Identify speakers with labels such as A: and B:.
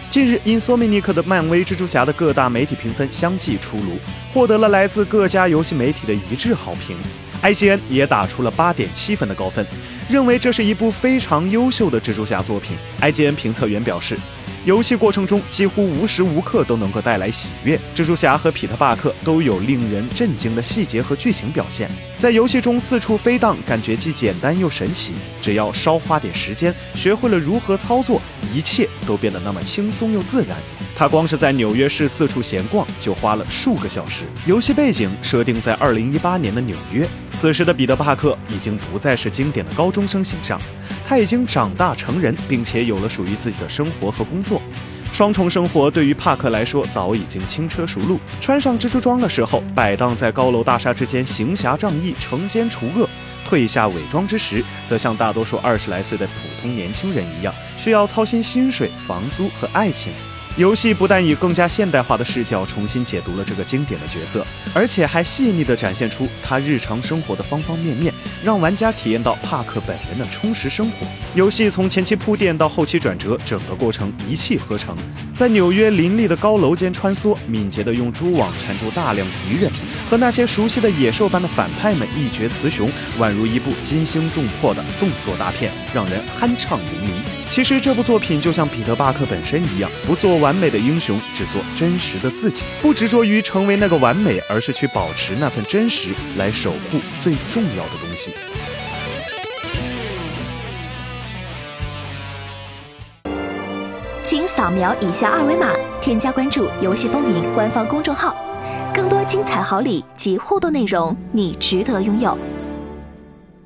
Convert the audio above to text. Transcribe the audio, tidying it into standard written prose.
A: 近日 Insomniac 的漫威蜘蛛侠的各大媒体评分相继出炉，获得了来自各家游戏媒体的一致好评。IGN 也打出了8.7分的高分，认为这是一部非常优秀的蜘蛛侠作品。IGN 评测员表示，游戏过程中几乎无时无刻都能够带来喜悦，蜘蛛侠和彼得·帕克都有令人震惊的细节和剧情表现，在游戏中四处飞荡，感觉既简单又神奇。只要稍花点时间，学会了如何操作，一切都变得那么轻松又自然。他光是在纽约市四处闲逛就花了数个小时。游戏背景设定在2018年的纽约，此时的彼得·帕克已经不再是经典的高中生形象，他已经长大成人，并且有了属于自己的生活和工作。双重生活对于帕克来说早已经轻车熟路，穿上蜘蛛装的时候，摆荡在高楼大厦之间行侠仗义、惩奸除恶；褪下伪装之时，则像大多数20来岁的普通年轻人一样，需要操心薪水、房租和爱情。游戏不但以更加现代化的视角重新解读了这个经典的角色，而且还细腻地展现出他日常生活的方方面面，让玩家体验到帕克本人的充实生活。游戏从前期铺垫到后期转折，整个过程一气呵成，在纽约林立的高楼间穿梭，敏捷地用蛛网缠住大量敌人，和那些熟悉的野兽般的反派们一决雌雄，宛如一部惊心动魄的动作大片，让人酣畅淋漓。其实这部作品就像彼得·帕克本身一样，不做完美的英雄，只做真实的自己，不执着于成为那个完美，而是去保持那份真实，来守护最重要的东西。
B: 请扫描以下二维码，添加关注游戏风云官方公众号，更多精彩好礼及互动内容，你值得拥有。